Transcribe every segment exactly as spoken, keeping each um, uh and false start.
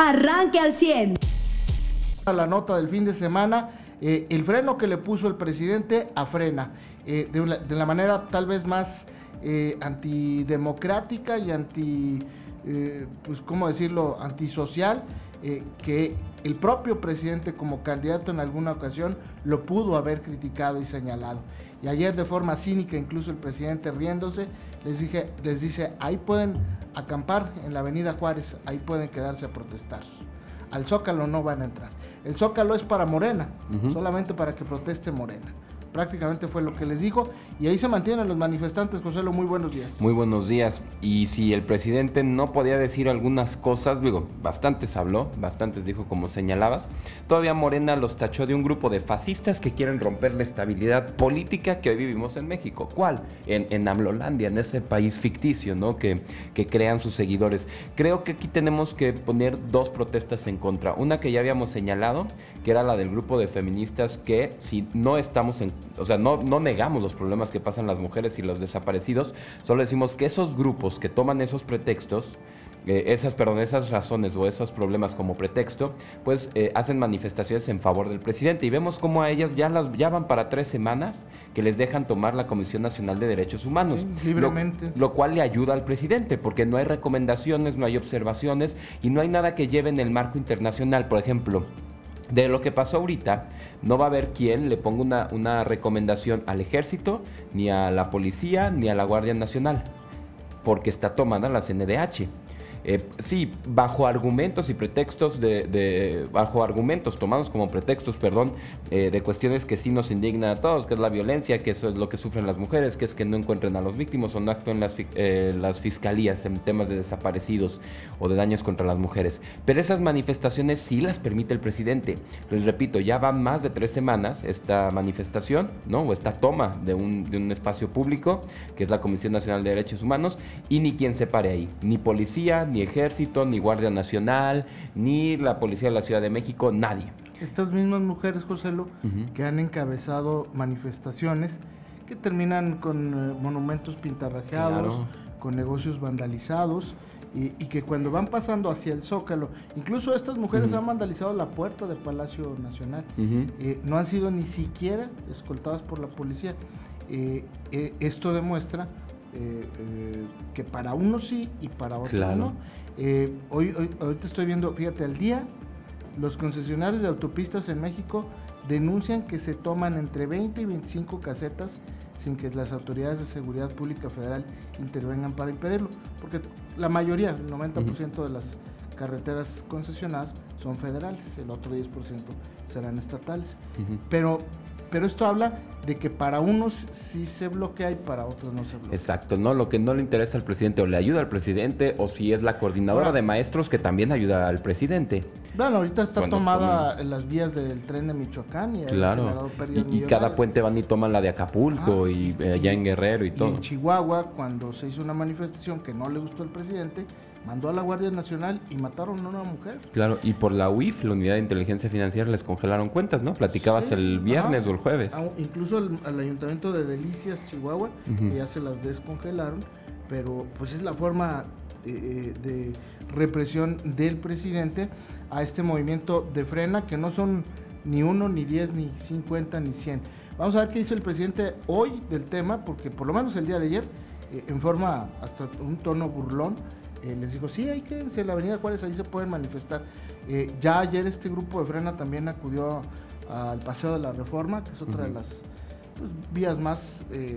arranque al cien. La nota del fin de semana, eh, el freno que le puso el presidente a Frena, eh, de, una, de la manera tal vez más eh, antidemocrática y anti, eh, pues cómo decirlo, antisocial, eh, que el propio presidente como candidato en alguna ocasión lo pudo haber criticado y señalado. Y ayer de forma cínica, incluso el presidente riéndose, les, dije, les dice, ahí pueden acampar en la avenida Juárez, ahí pueden quedarse a protestar. Al Zócalo no van a entrar. El Zócalo es para Morena, uh-huh. solamente para que proteste Morena. Prácticamente fue lo que les dijo, y ahí se mantienen los manifestantes. Joselo, muy buenos días. Muy buenos días. Y si el presidente no podía decir algunas cosas, digo, bastantes habló, bastantes dijo como señalabas, todavía Morena los tachó de un grupo de fascistas que quieren romper la estabilidad política que hoy vivimos en México. ¿Cuál? En, en AMLOlandia, en ese país ficticio, ¿no? Que, que crean sus seguidores. Creo que aquí tenemos que poner dos protestas en contra. Una que ya habíamos señalado, que era la del grupo de feministas, que si no estamos en O sea, no, no negamos los problemas que pasan las mujeres y los desaparecidos, solo decimos que esos grupos que toman esos pretextos, eh, esas, perdón, esas razones o esos problemas como pretexto, pues eh, hacen manifestaciones en favor del presidente. Y vemos cómo a ellas ya, las, ya van para tres semanas que les dejan tomar la Comisión Nacional de Derechos Humanos. Sí, libremente. Lo, lo cual le ayuda al presidente, porque no hay recomendaciones, no hay observaciones y no hay nada que lleve en el marco internacional. Por ejemplo, de lo que pasó ahorita, no va a haber quien le ponga una, una recomendación al ejército, ni a la policía, ni a la Guardia Nacional, porque está tomada la C N D H. Eh, sí, bajo argumentos y pretextos de, de bajo argumentos tomados como pretextos, perdón, eh, de cuestiones que sí nos indignan a todos, que es la violencia, que eso es lo que sufren las mujeres, que es que no encuentren a los víctimas o no actúen las, eh, las fiscalías en temas de desaparecidos o de daños contra las mujeres. Pero esas manifestaciones sí las permite el presidente. Les repito, ya van más de tres semanas esta manifestación, ¿no? O esta toma de un, de un espacio público, que es la Comisión Nacional de Derechos Humanos, y ni quien se pare ahí, ni policía, ni ejército, ni Guardia Nacional, ni la Policía de la Ciudad de México, nadie. Estas mismas mujeres, Joselo, Uh-huh. que han encabezado manifestaciones que terminan con eh, monumentos pintarrajeados, Claro. con negocios vandalizados, y, y que cuando van pasando hacia el Zócalo, incluso estas mujeres Uh-huh. han vandalizado la puerta del Palacio Nacional, Uh-huh. eh, no han sido ni siquiera escoltadas por la policía. Eh, eh, esto demuestra Eh, eh, que para unos sí y para otros Claro. no. Eh, hoy, hoy, ahorita estoy viendo, fíjate, al día, los concesionarios de autopistas en México denuncian que se toman entre veinte y veinticinco casetas sin que las autoridades de seguridad pública federal intervengan para impedirlo, porque la mayoría, el noventa por ciento uh-huh. de las carreteras concesionadas son federales, el otro diez por ciento serán estatales. Uh-huh. Pero Pero esto habla de que para unos sí se bloquea y para otros no se bloquea. Exacto, ¿no? Lo que no le interesa al presidente o le ayuda al presidente, o si es la coordinadora Ahora, de maestros que también ayuda al presidente. Bueno, ahorita está Cuando tomada toman... las vías del tren de Michoacán y claro. Y, y cada puente van y toman la de Acapulco ah, y, y allá en Guerrero y, y todo. Y en Chihuahua, cuando se hizo una manifestación que no le gustó al presidente, mandó a la Guardia Nacional y mataron a una mujer. Claro, y por la U I F, la Unidad de Inteligencia Financiera, les congelaron cuentas, ¿no? Platicabas sí, el viernes ajá. o el jueves. Ah, incluso al, al Ayuntamiento de Delicias, Chihuahua, uh-huh. que ya se las descongelaron, pero pues es la forma eh, de represión del presidente a este movimiento de Frena, que no son ni uno, ni diez, ni cincuenta, ni cien. Vamos a ver qué dice el presidente hoy del tema, porque por lo menos el día de ayer, eh, en forma hasta un tono burlón, Eh, les dijo, sí, ahí quédense en la avenida Juárez, ahí se pueden manifestar. Eh, ya ayer este grupo de Frena también acudió al Paseo de la Reforma, que es otra uh-huh. de las pues, vías más eh,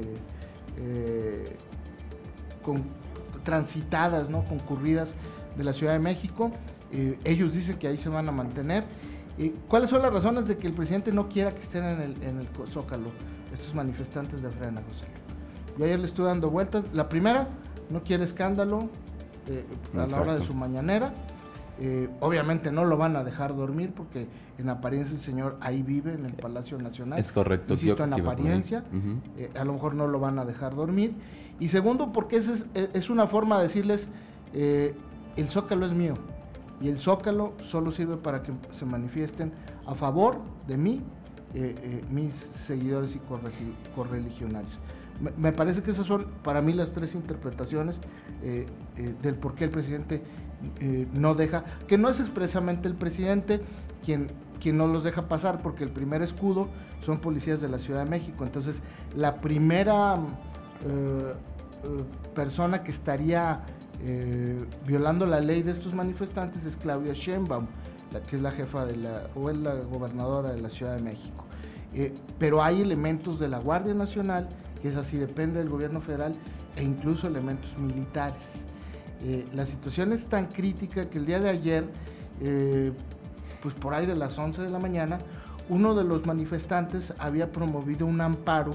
eh, con, transitadas, ¿no? concurridas de la Ciudad de México. Eh, ellos dicen que ahí se van a mantener. Eh, ¿Cuáles son las razones de que el presidente no quiera que estén en el, en el Zócalo, estos manifestantes de Frena, José? Yo ayer le estuve dando vueltas. La primera, no quiere escándalo, Eh, a Exacto. la hora de su mañanera. Eh, obviamente no lo van a dejar dormir porque en apariencia el señor ahí vive en el Palacio Nacional. Es correcto. Insisto, en apariencia. Uh-huh. Eh, a lo mejor no lo van a dejar dormir. Y segundo, porque es, es una forma de decirles, eh, el Zócalo es mío. Y el Zócalo solo sirve para que se manifiesten a favor de mí, eh, eh, mis seguidores y correligionarios. Me parece que esas son para mí las tres interpretaciones eh, eh, del por qué el presidente eh, no deja, que no es expresamente el presidente quien, quien no los deja pasar, porque el primer escudo son policías de la Ciudad de México. Entonces, la primera eh, eh, persona que estaría eh, violando la ley de estos manifestantes es Claudia Sheinbaum, la, que es la jefa de la, o es la gobernadora de la Ciudad de México. Eh, pero hay elementos de la Guardia Nacional, que es así, depende del gobierno federal, e incluso elementos militares. Eh, la situación es tan crítica que el día de ayer, eh, pues por ahí de las once de la mañana, uno de los manifestantes había promovido un amparo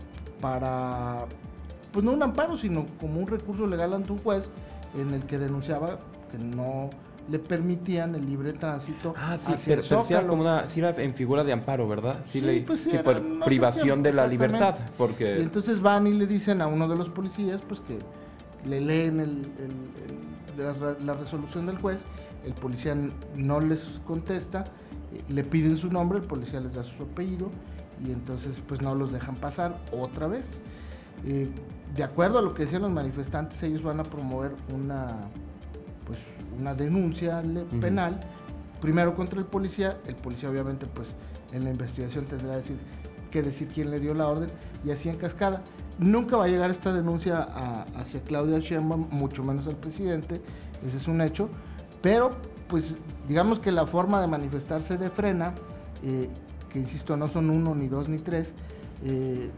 para, pues no un amparo, sino como un recurso legal ante un juez en el que denunciaba que no le permitían el libre tránsito. Ah, sí, hacia pero, el pero sí era Zócalo. como una, sí era en figura de amparo, ¿verdad? Sí, Sí, le, pues sí, sí, era- por no sé privación si- de la exactamente. libertad, porque... Y entonces van y le dicen a uno de los policías, pues que le leen el, el- el- la, la resolución del juez, el policía n- no les contesta, eh, le piden su nombre, el policía les da su apellido y entonces pues no los dejan pasar otra vez. Eh, de acuerdo a lo que decían los manifestantes, ellos van a promover una, pues, una denuncia le- Ujú. penal, primero contra el policía, el policía obviamente pues en la investigación tendrá decir, que decir quién le dio la orden, y así en cascada. Nunca va a llegar esta denuncia a, hacia Claudia Sheinbaum, mucho menos al presidente, ese es un hecho, pero pues digamos que la forma de manifestarse de Frena, eh, que insisto no son uno, ni dos, ni tres, eh,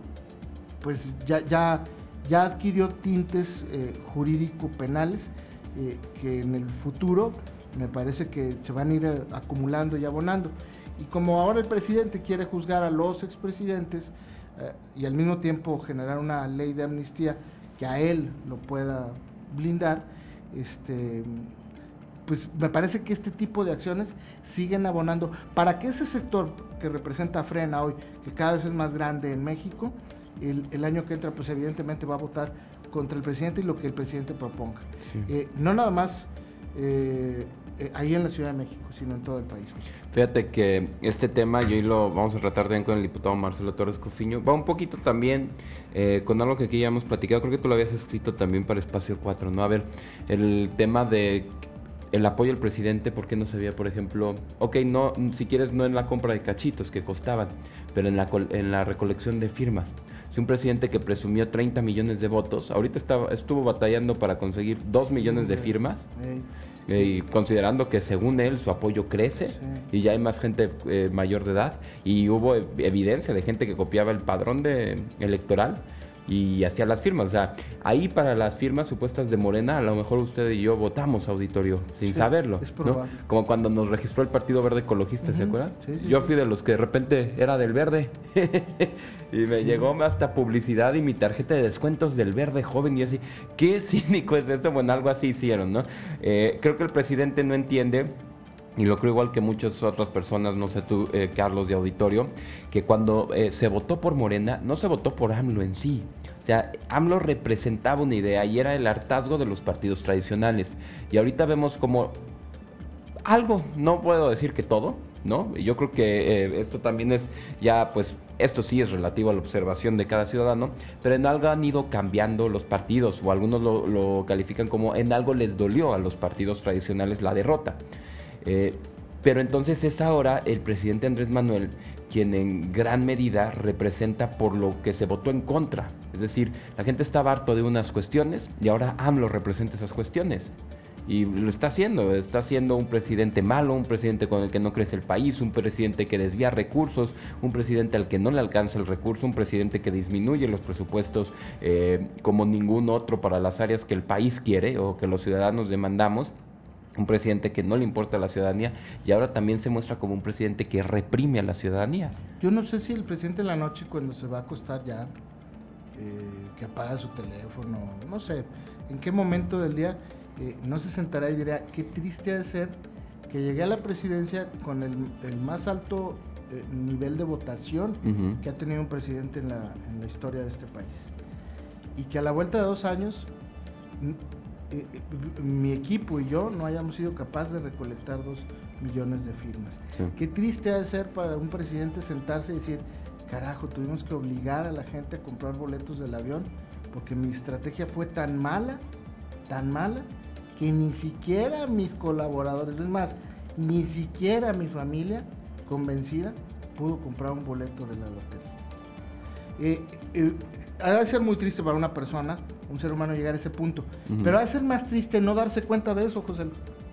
pues ya, ya, ya adquirió tintes eh, jurídico-penales eh, que en el futuro me parece que se van a ir eh, acumulando y abonando. Y como ahora el presidente quiere juzgar a los expresidentes eh, y al mismo tiempo generar una ley de amnistía que a él lo pueda blindar, este, pues me parece que este tipo de acciones siguen abonando para que ese sector que representa a Frena hoy, que cada vez es más grande en México, el, el año que entra pues evidentemente va a votar contra el presidente y lo que el presidente proponga. Sí. Eh, no nada más eh, eh, ahí en la Ciudad de México, sino en todo el país, José. Fíjate que este tema, y hoy lo vamos a tratar también con el diputado Marcelo Torres Cofiño, va un poquito también eh, con algo que aquí ya hemos platicado, creo que tú lo habías escrito también para Espacio cuatro, ¿no? A ver, el tema de el apoyo al presidente, ¿por qué no se veía, por ejemplo, ok, no, si quieres no en la compra de cachitos que costaban, pero en la, en la recolección de firmas? Si un presidente que presumió treinta millones de votos, ahorita estaba, estuvo batallando para conseguir dos millones de firmas, Ey, eh, y considerando que según él su apoyo crece Sí. y ya hay más gente eh, mayor de edad y hubo ev- evidencia de gente que copiaba el padrón de electoral y hacía las firmas. O sea, ahí para las firmas supuestas de Morena, a lo mejor usted y yo votamos, auditorio, sin Sí, saberlo, es ¿no? probable. Como cuando nos registró el Partido Verde Ecologista, ¿se Ujú, acuerdan? sí, sí, yo sí. fui de los que de repente era del Verde y me Sí. llegó hasta publicidad y mi tarjeta de descuentos del Verde joven y así, qué cínico es esto. Bueno, algo así hicieron, ¿no? Eh, creo que el presidente no entiende, y lo creo igual que muchas otras personas, no sé tú, eh, Carlos, de auditorio, que cuando eh, se votó por Morena, no se votó por AMLO en sí. O sea, AMLO representaba una idea y era el hartazgo de los partidos tradicionales. Y ahorita vemos como algo, no puedo decir que todo, ¿no? Yo creo que eh, esto también es ya, pues, esto sí es relativo a la observación de cada ciudadano, pero en algo han ido cambiando los partidos, o algunos lo, lo califican como en algo les dolió a los partidos tradicionales la derrota. Eh, pero entonces es ahora el presidente Andrés Manuel quien en gran medida representa por lo que se votó en contra. Es decir, la gente estaba harto de unas cuestiones y ahora AMLO representa esas cuestiones. Y lo está haciendo, está siendo un presidente malo, un presidente con el que no crece el país, un presidente que desvía recursos, un presidente al que no le alcanza el recurso, un presidente que disminuye los presupuestos eh, como ningún otro para las áreas que el país quiere o que los ciudadanos demandamos. Un presidente que no le importa a la ciudadanía y ahora también se muestra como un presidente que reprime a la ciudadanía. Yo no sé si el presidente en la noche cuando se va a acostar ya, eh, que apaga su teléfono, no sé, en qué momento del día eh, no se sentará y dirá, qué triste ha de ser que llegué a la presidencia con el, el más alto eh, nivel de votación Uh-huh. que ha tenido un presidente en la, en la historia de este país. Y que a la vuelta de dos años n- eh, eh, mi equipo y yo no hayamos sido capaces de recolectar dos millones de firmas. Sí. Qué triste ha de ser para un presidente sentarse y decir, carajo, tuvimos que obligar a la gente a comprar boletos del avión porque mi estrategia fue tan mala, tan mala, que ni siquiera mis colaboradores, es más, ni siquiera mi familia convencida pudo comprar un boleto de la lotería. Eh, eh, ha de ser muy triste para una persona, un ser humano, llegar a ese punto, uh-huh. pero ha de ser más triste no darse cuenta de eso, José.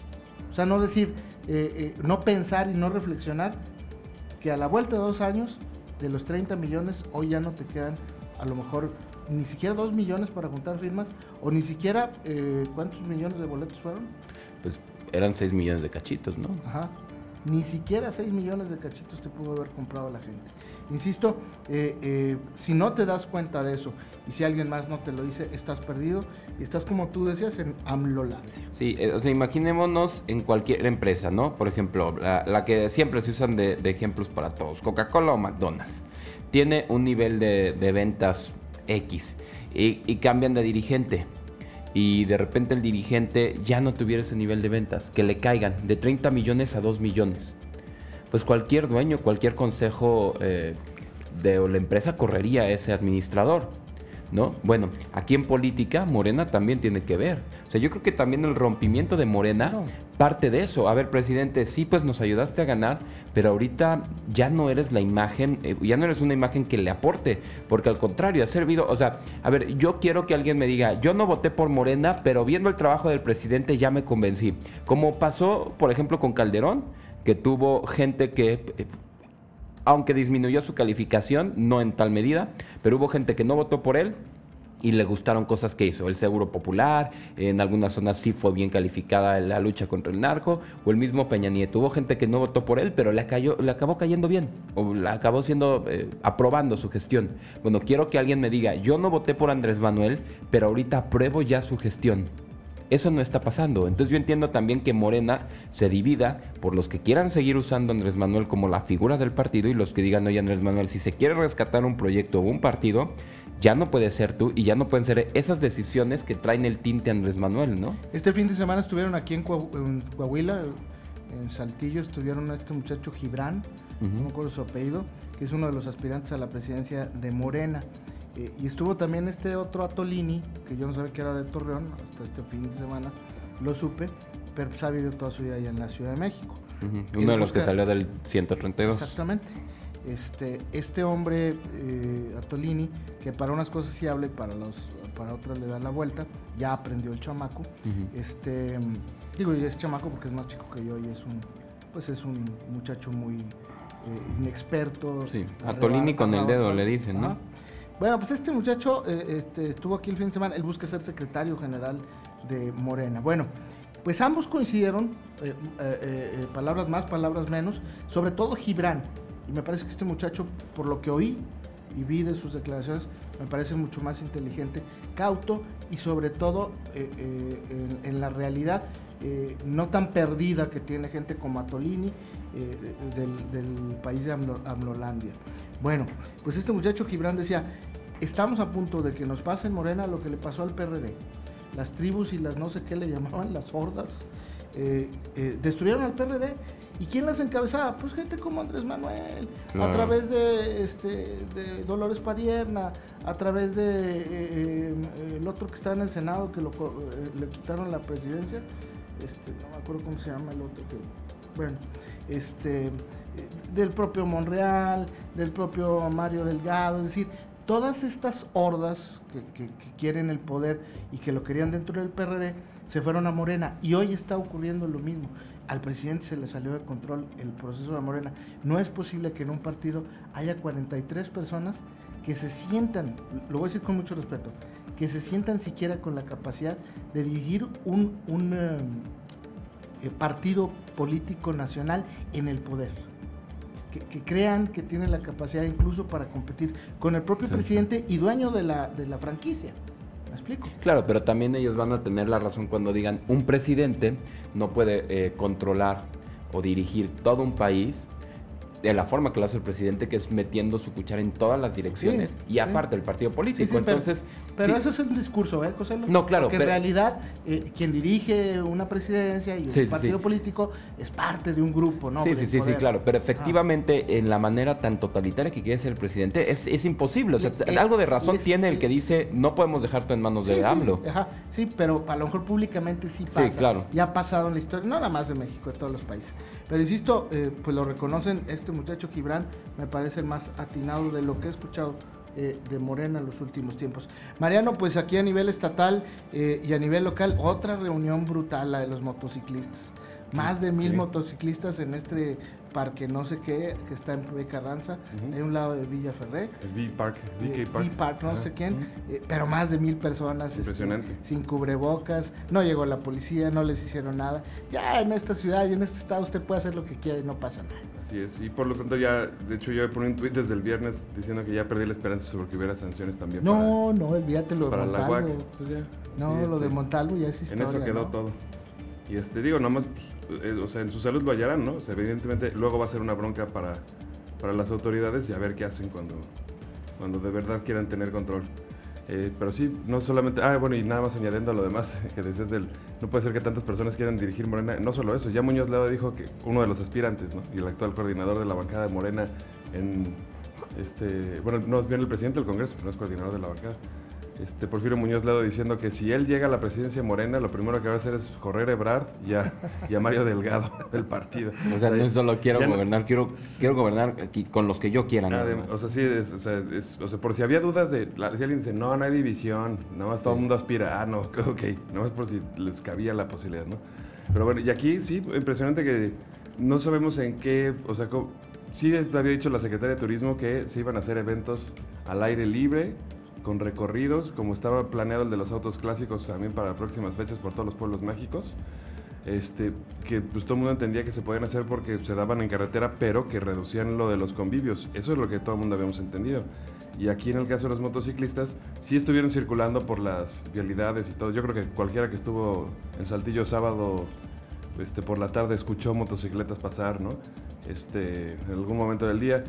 O sea, no decir, eh, eh, no pensar y no reflexionar que a la vuelta de dos años, de los treinta millones, hoy ya no te quedan a lo mejor ni siquiera dos millones para juntar firmas, o ni siquiera, eh, ¿cuántos millones de boletos fueron? Pues eran seis millones de cachitos, ¿no? Ajá. Ni siquiera seis millones de cachitos te pudo haber comprado la gente. Insisto, eh, eh, si no te das cuenta de eso y si alguien más no te lo dice, estás perdido y estás, como tú decías, en AMLOlandia. Sí, eh, o sea, imaginémonos en cualquier empresa, ¿no? Por ejemplo, la, la que siempre se usan de, de ejemplos para todos, Coca-Cola o McDonald's. Tiene un nivel de, de ventas X y, y cambian de dirigente. Y de repente el dirigente ya no tuviera ese nivel de ventas, que le caigan de treinta millones a dos millones. Pues cualquier dueño, cualquier consejo eh, de la empresa correría a ese administrador, ¿no? Bueno, aquí en política Morena también tiene que ver. O sea, yo creo que también el rompimiento de Morena no. parte de eso. A ver, presidente, sí, pues nos ayudaste a ganar, pero ahorita ya no eres la imagen, eh, ya no eres una imagen que le aporte, porque al contrario, ha servido, o sea, a ver, yo quiero que alguien me diga, yo no voté por Morena, pero viendo el trabajo del presidente ya me convencí. Como pasó, por ejemplo, con Calderón, que tuvo gente que... Eh, aunque disminuyó su calificación, no en tal medida, pero hubo gente que no votó por él y le gustaron cosas que hizo. El Seguro Popular, en algunas zonas sí fue bien calificada la lucha contra el narco, o el mismo Peña Nieto. Hubo gente que no votó por él, pero le, cayó, le acabó cayendo bien, o le acabó siendo, eh, aprobando su gestión. Bueno, quiero que alguien me diga, yo no voté por Andrés Manuel, pero ahorita apruebo ya su gestión. Eso no está pasando. Entonces yo entiendo también que Morena se divida por los que quieran seguir usando a Andrés Manuel como la figura del partido y los que digan, oye, Andrés Manuel, si se quiere rescatar un proyecto o un partido, ya no puede ser tú y ya no pueden ser esas decisiones que traen el tinte a Andrés Manuel, ¿no? Este fin de semana estuvieron aquí en, Coahu- en Coahuila, en Saltillo, estuvieron a este muchacho Gibran, uh-huh. no me acuerdo su apellido, que es uno de los aspirantes a la presidencia de Morena. Eh, y estuvo también este otro Atolini, que yo no sabía que era de Torreón, hasta este fin de semana lo supe, pero pues ha vivido toda su vida allá en la Ciudad de México. Uh-huh. Uno de los busca... que salió del ciento treinta y dos. Exactamente. Este, este hombre, eh, Atolini, que para unas cosas sí habla y para, los, para otras le da la vuelta, ya aprendió el chamaco. Uh-huh. Este, digo, y es chamaco porque es más chico que yo y es un, pues es un muchacho muy eh, inexperto. Sí, Atolini con el dedo le dicen, ¿no? Ajá. Bueno, pues este muchacho eh, este, estuvo aquí el fin de semana, él busca ser secretario general de Morena. Bueno, pues ambos coincidieron, eh, eh, eh, palabras más, palabras menos, sobre todo Gibran. Y me parece que este muchacho, por lo que oí y vi de sus declaraciones, me parece mucho más inteligente, cauto y sobre todo eh, eh, en, en la realidad eh, no tan perdida que tiene gente como Atolini eh, del, del país de Amlo, AMLOlandia. Bueno, pues este muchacho Gibran decía, estamos a punto de que nos pase en Morena lo que le pasó al P R D. Las tribus y las no sé qué le llamaban, las hordas, eh, eh, destruyeron al P R D. ¿Y quién las encabezaba? Pues gente como Andrés Manuel, claro. a través de, este, de Dolores Padierna, a través de eh, eh, el otro que está en el Senado, que lo, eh, le quitaron la presidencia, este, no me acuerdo cómo se llama el otro, que, bueno, este, eh, del propio Monreal, del propio Mario Delgado, es decir, todas estas hordas que, que, que quieren el poder y que lo querían dentro del P R D, se fueron a Morena y hoy está ocurriendo lo mismo. Al presidente se le salió de control el proceso de Morena. No es posible que en un partido haya cuarenta y tres personas que se sientan, lo voy a decir con mucho respeto, que se sientan siquiera con la capacidad de dirigir un, un eh, partido político nacional en el poder. Que, que crean que tienen la capacidad incluso para competir con el propio sí, presidente sí. y dueño de la, de la franquicia. ¿Me explico? Claro, pero también ellos van a tener la razón cuando digan un presidente no puede eh, controlar o dirigir todo un país de la forma que lo hace el presidente, que es metiendo su cuchara en todas las direcciones sí, y aparte sí. el partido político. Sí, sí, Entonces, Pero sí. eso es un discurso, ¿eh, José? No, claro. Porque pero... en realidad, eh, quien dirige una presidencia y un sí, sí, partido sí. político es parte de un grupo, ¿no? Sí, De sí, sí, sí, poder. claro. Pero efectivamente, ah. en la manera tan totalitaria que quiere ser el presidente, es, es imposible. O sea, eh, algo de razón es, tiene el que dice, no podemos dejar todo en manos sí, de sí, AMLO. Ajá, sí, pero a lo mejor públicamente sí pasa. Sí, claro. Ya ha pasado en la historia, no nada más de México, de todos los países. Pero insisto, eh, pues lo reconocen, este muchacho Gibran me parece el más atinado de lo que he escuchado eh, de Morena en los últimos tiempos. Mariano, pues aquí a nivel estatal eh, y a nivel local, otra reunión brutal, la de los motociclistas. Más de mil sí. motociclistas en este parque, no sé qué, que está en B. Carranza, uh-huh. hay un lado de Villa Ferré. El B-Park, B K Park. B-Park, no uh-huh. sé quién, uh-huh. eh, pero más de mil personas. Impresionante. Este, sin cubrebocas, no llegó la policía, no les hicieron nada. Ya en esta ciudad y en este estado usted puede hacer lo que quiera y no pasa nada. Así es, y por lo tanto ya, de hecho yo poní un tweet desde el viernes diciendo que ya perdí la esperanza sobre que hubiera sanciones también. No, para, no, olvídate lo de Montalvo. Para la U A C, pues ya. No, sí, lo este, de Montalvo ya es historia. En eso quedó ¿no? todo. Y este, digo, nomás, pues, eh, o sea, en su salud lo hallarán, ¿no? O sea, evidentemente luego va a ser una bronca para, para las autoridades y a ver qué hacen cuando, cuando de verdad quieran tener control. Eh, pero sí, no solamente... Ah, bueno, y nada más añadiendo a lo demás que decías del... No puede ser que tantas personas quieran dirigir Morena. No solo eso, ya Muñoz Ledo dijo que uno de los aspirantes, ¿no? Y el actual coordinador de la bancada de Morena en... este Bueno, no es bien el presidente del Congreso, pero no es coordinador de la bancada. Este, Porfirio Muñoz Ledo diciendo que si él llega a la presidencia de Morena, lo primero que va a hacer es correr a Ebrard y a, y a Mario Delgado del partido. O sea, no solo quiero gobernar, no, quiero, quiero gobernar aquí con los que yo quiera. Nada, o sea, sí, es, o, sea, es, o sea, por si había dudas de, si alguien dice, no, no hay división, nada más todo el sí. mundo aspira, ah, no, ok, nada más por si les cabía la posibilidad, ¿no? Pero bueno, y aquí sí, impresionante que no sabemos en qué, o sea, cómo, sí había dicho la Secretaría de Turismo que se iban a hacer eventos al aire libre, con recorridos, como estaba planeado el de los autos clásicos también para próximas fechas por todos los pueblos mágicos, este, que pues todo el mundo entendía que se podían hacer porque se daban en carretera, pero que reducían lo de los convivios. Eso es lo que todo el mundo habíamos entendido. Y aquí en el caso de los motociclistas, sí estuvieron circulando por las vialidades y todo. Yo creo que cualquiera que estuvo en Saltillo sábado este, por la tarde escuchó motocicletas pasar, ¿no? Este, en algún momento del día.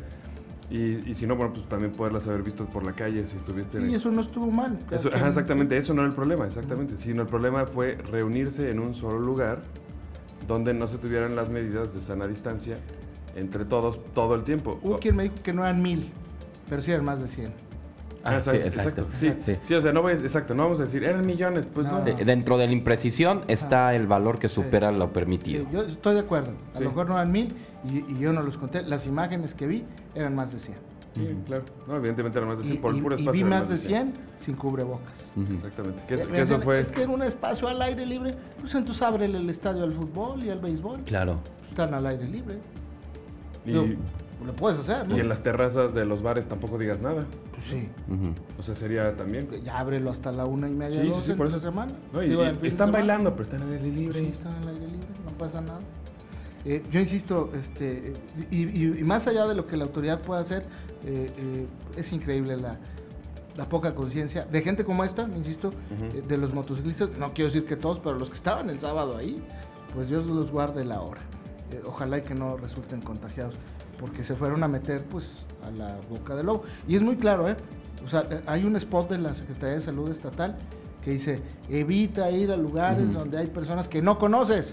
Y, y si no, bueno, pues también poderlas haber visto por la calle si estuviste... Y eso no estuvo mal. Eso, ajá, exactamente, eso no era el problema, exactamente. Uh-huh. Sino el problema fue reunirse en un solo lugar donde no se tuvieran las medidas de sana distancia entre todos todo el tiempo. Hubo quien me dijo que no eran mil, pero sí eran más de cien. Ah, ah sí, exacto. exacto. Sí, sí. sí, o sea, no voy a, exacto, no vamos a decir, eran millones, pues no. no. Sí, dentro de la imprecisión está ah, el valor que supera sí. lo permitido. Sí, yo estoy de acuerdo, a sí. lo mejor no eran mil y, y yo no los conté, las imágenes que vi eran más de cien. Sí, uh-huh. claro, no, evidentemente eran más de cien, y, por el puro y, espacio. Y vi más de cien sin cubrebocas. Uh-huh. Exactamente. ¿Qué, es, que eso fue? Es que en un espacio al aire libre, pues entonces ábrele el estadio al fútbol y al béisbol. Claro. Pues están al aire libre. Y... Yo, lo puedes hacer, ¿no? Y en las terrazas de los bares tampoco digas nada. Pues sí. Uh-huh. O sea, sería también... Ya ábrelo hasta la una y media, sí, dos sí, sí, por esa semana. No, y, Digo, y están bailando, pero están al aire libre. Pues sí, están al aire libre, no pasa nada. Eh, yo insisto, este, y, y, y más allá de lo que la autoridad pueda hacer, eh, eh, es increíble la, la poca conciencia de gente como esta, insisto, uh-huh. eh, de los motociclistas. No quiero decir que todos, pero los que estaban el sábado ahí, pues Dios los guarde la hora. Eh, ojalá y que no resulten contagiados, porque se fueron a meter pues a la boca del lobo. Y es muy claro, ¿eh? O sea, hay un spot de la Secretaría de Salud Estatal que dice, evita ir a lugares uh-huh. donde hay personas que no conoces.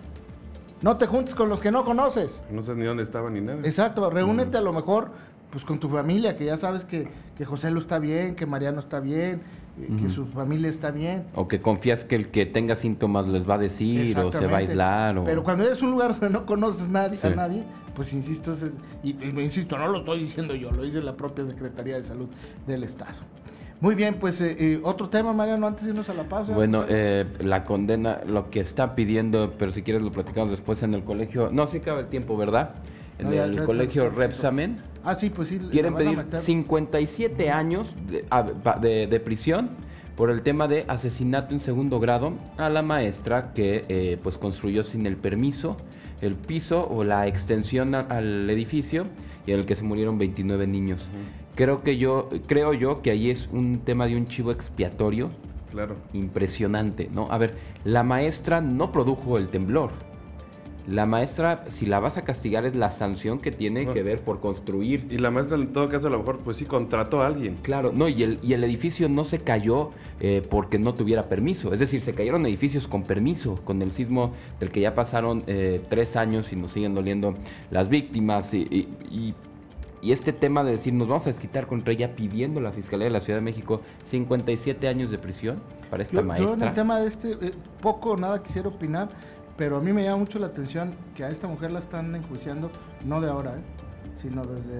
No te juntes con los que no conoces. No sé ni dónde estaban ni nada. Exacto, reúnete uh-huh. a lo mejor pues con tu familia, que ya sabes que, que José Lu está bien, que Mariano está bien, uh-huh. que su familia está bien. O que confías que el que tenga síntomas les va a decir o se va a aislar. O... Pero cuando es un lugar donde no conoces nadie, sí. a nadie, pues insisto, es, y, y insisto, no lo estoy diciendo yo, lo dice la propia Secretaría de Salud del Estado. Muy bien, pues eh, eh, otro tema, Mariano, antes de irnos a la pausa. Bueno, eh, la condena, lo que está pidiendo, pero si quieres lo platicamos después en el colegio. No, sí cabe el tiempo, ¿verdad? En no, ya, el ya, colegio Repsamen. Ah, sí, pues sí. Quieren pedir cincuenta y siete años de, de, de prisión por el tema de asesinato en segundo grado a la maestra que eh, pues construyó sin el permiso el piso o la extensión a, al edificio y en el que se murieron veintinueve niños. Uh-huh. Creo que yo, creo yo que ahí es un tema de un chivo expiatorio. Claro. Impresionante, ¿no? A ver, la maestra no produjo el temblor. La maestra, si la vas a castigar, es la sanción que tiene no. que ver por construir. Y la maestra, en todo caso, a lo mejor, pues sí, contrató a alguien. Claro, no, y el, y el edificio no se cayó eh, porque no tuviera permiso. Es decir, se cayeron edificios con permiso, con el sismo del que ya pasaron eh, tres años y nos siguen doliendo las víctimas. Y, y, y, y este tema de decir, nos vamos a desquitar contra ella pidiendo la Fiscalía de la Ciudad de México cincuenta y siete años de prisión para esta yo, maestra. Yo en el tema de este, eh, poco o nada quisiera opinar. Pero a mí me llama mucho la atención que a esta mujer la están enjuiciando, no de ahora, ¿eh? sino desde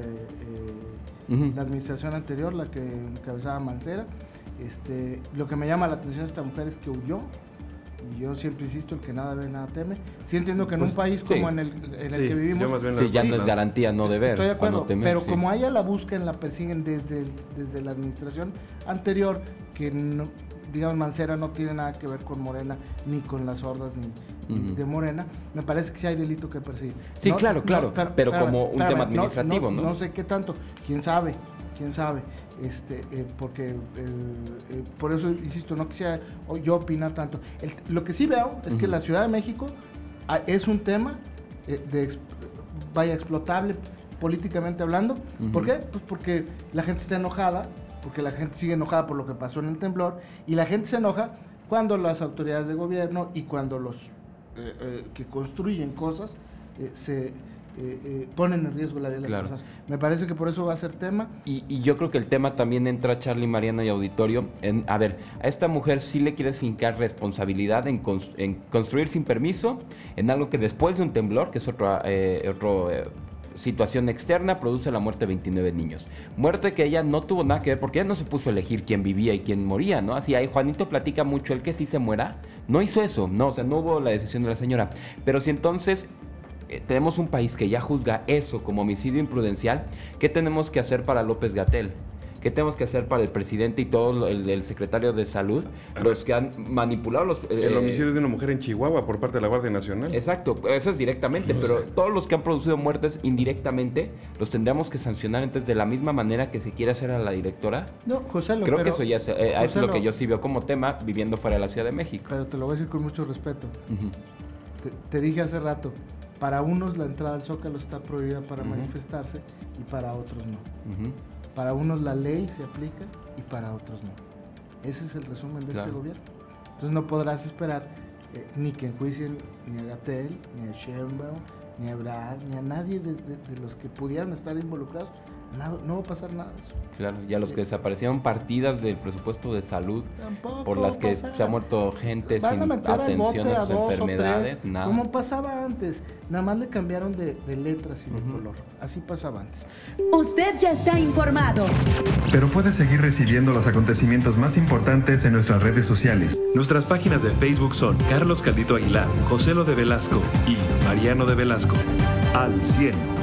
eh, uh-huh. la administración anterior, la que encabezaba Mancera. Este, lo que me llama la atención de esta mujer es que huyó, y yo siempre insisto, el que nada ve, nada teme. Sí entiendo que en pues, un país como sí. en el, en el sí, que vivimos... Sí, ya sí, no es garantía no deber. Estoy de acuerdo, no temer, pero sí. como a ella la buscan, la persiguen desde, desde la administración anterior, que no... digamos, Mancera no tiene nada que ver con Morena, ni con las hordas, ni, uh-huh. ni de Morena, me parece que sí hay delito que perseguir. Sí, no, claro, claro, no, pero, pero pero, como un pero, tema administrativo, no, ¿no? No sé qué tanto, quién sabe, quién sabe, este, eh, porque, eh, eh, por eso, insisto, no quisiera yo opinar tanto. El, lo que sí veo es uh-huh. que la Ciudad de México a, es un tema eh, de, vaya, explotable políticamente hablando. Uh-huh. ¿Por qué? Pues porque la gente está enojada, porque la gente sigue enojada por lo que pasó en el temblor, y la gente se enoja cuando las autoridades de gobierno y cuando los eh, eh, que construyen cosas eh, se eh, eh, ponen en riesgo la vida de las claro. personas. Me parece que por eso va a ser tema. Y, y yo creo que el tema también entra, Charlie, Mariana y auditorio, en, a ver, a esta mujer sí le quieres fincar responsabilidad en, cons- en construir sin permiso, en algo que después de un temblor, que es otro... Eh, otro eh, situación externa, produce la muerte de veintinueve niños. Muerte que ella no tuvo nada que ver, porque ella no se puso a elegir quién vivía y quién moría, ¿no? Así, ahí Juanito platica mucho, el que sí se muera, no hizo eso, no, o sea, no hubo la decisión de la señora. Pero si entonces eh, tenemos un país que ya juzga eso como homicidio imprudencial, ¿qué tenemos que hacer para López-Gatell? ¿Qué tenemos que hacer para el presidente y todo el, el secretario de salud? Los que han manipulado los... Eh, el homicidio de una mujer en Chihuahua por parte de la Guardia Nacional. Exacto, eso es directamente, no pero sé. Todos los que han producido muertes indirectamente los tendríamos que sancionar entonces de la misma manera que se quiere hacer a la directora. No, José, Creo pero, que eso ya es, eh, es lo lo, que yo sí veo como tema viviendo fuera de la Ciudad de México. Pero te lo voy a decir con mucho respeto. Uh-huh. Te, te dije hace rato, para unos la entrada al Zócalo está prohibida para uh-huh. manifestarse y para otros no. Uh-huh. Para unos la ley se aplica y para otros no. Ese es el resumen de claro. este gobierno. Entonces no podrás esperar eh, ni que enjuicien ni a Gatell, ni a Sheinbaum, ni a Ebrard, ni a nadie de, de, de los que pudieran estar involucrados. Nada, no va a pasar nada de eso. Claro, y a los que desaparecieron partidas del presupuesto de salud Tampoco por las que pasar. se ha muerto gente Van sin a meter atención a a sus dos enfermedades, o tres, nada. como pasaba antes, nada más le cambiaron de, de letras y de uh-huh. color. Así pasaba antes. Usted ya está informado. Pero puede seguir recibiendo los acontecimientos más importantes en nuestras redes sociales. Nuestras páginas de Facebook son Carlos Caldito Aguilar, José Lo de Velasco y Mariano de Velasco. Al cien.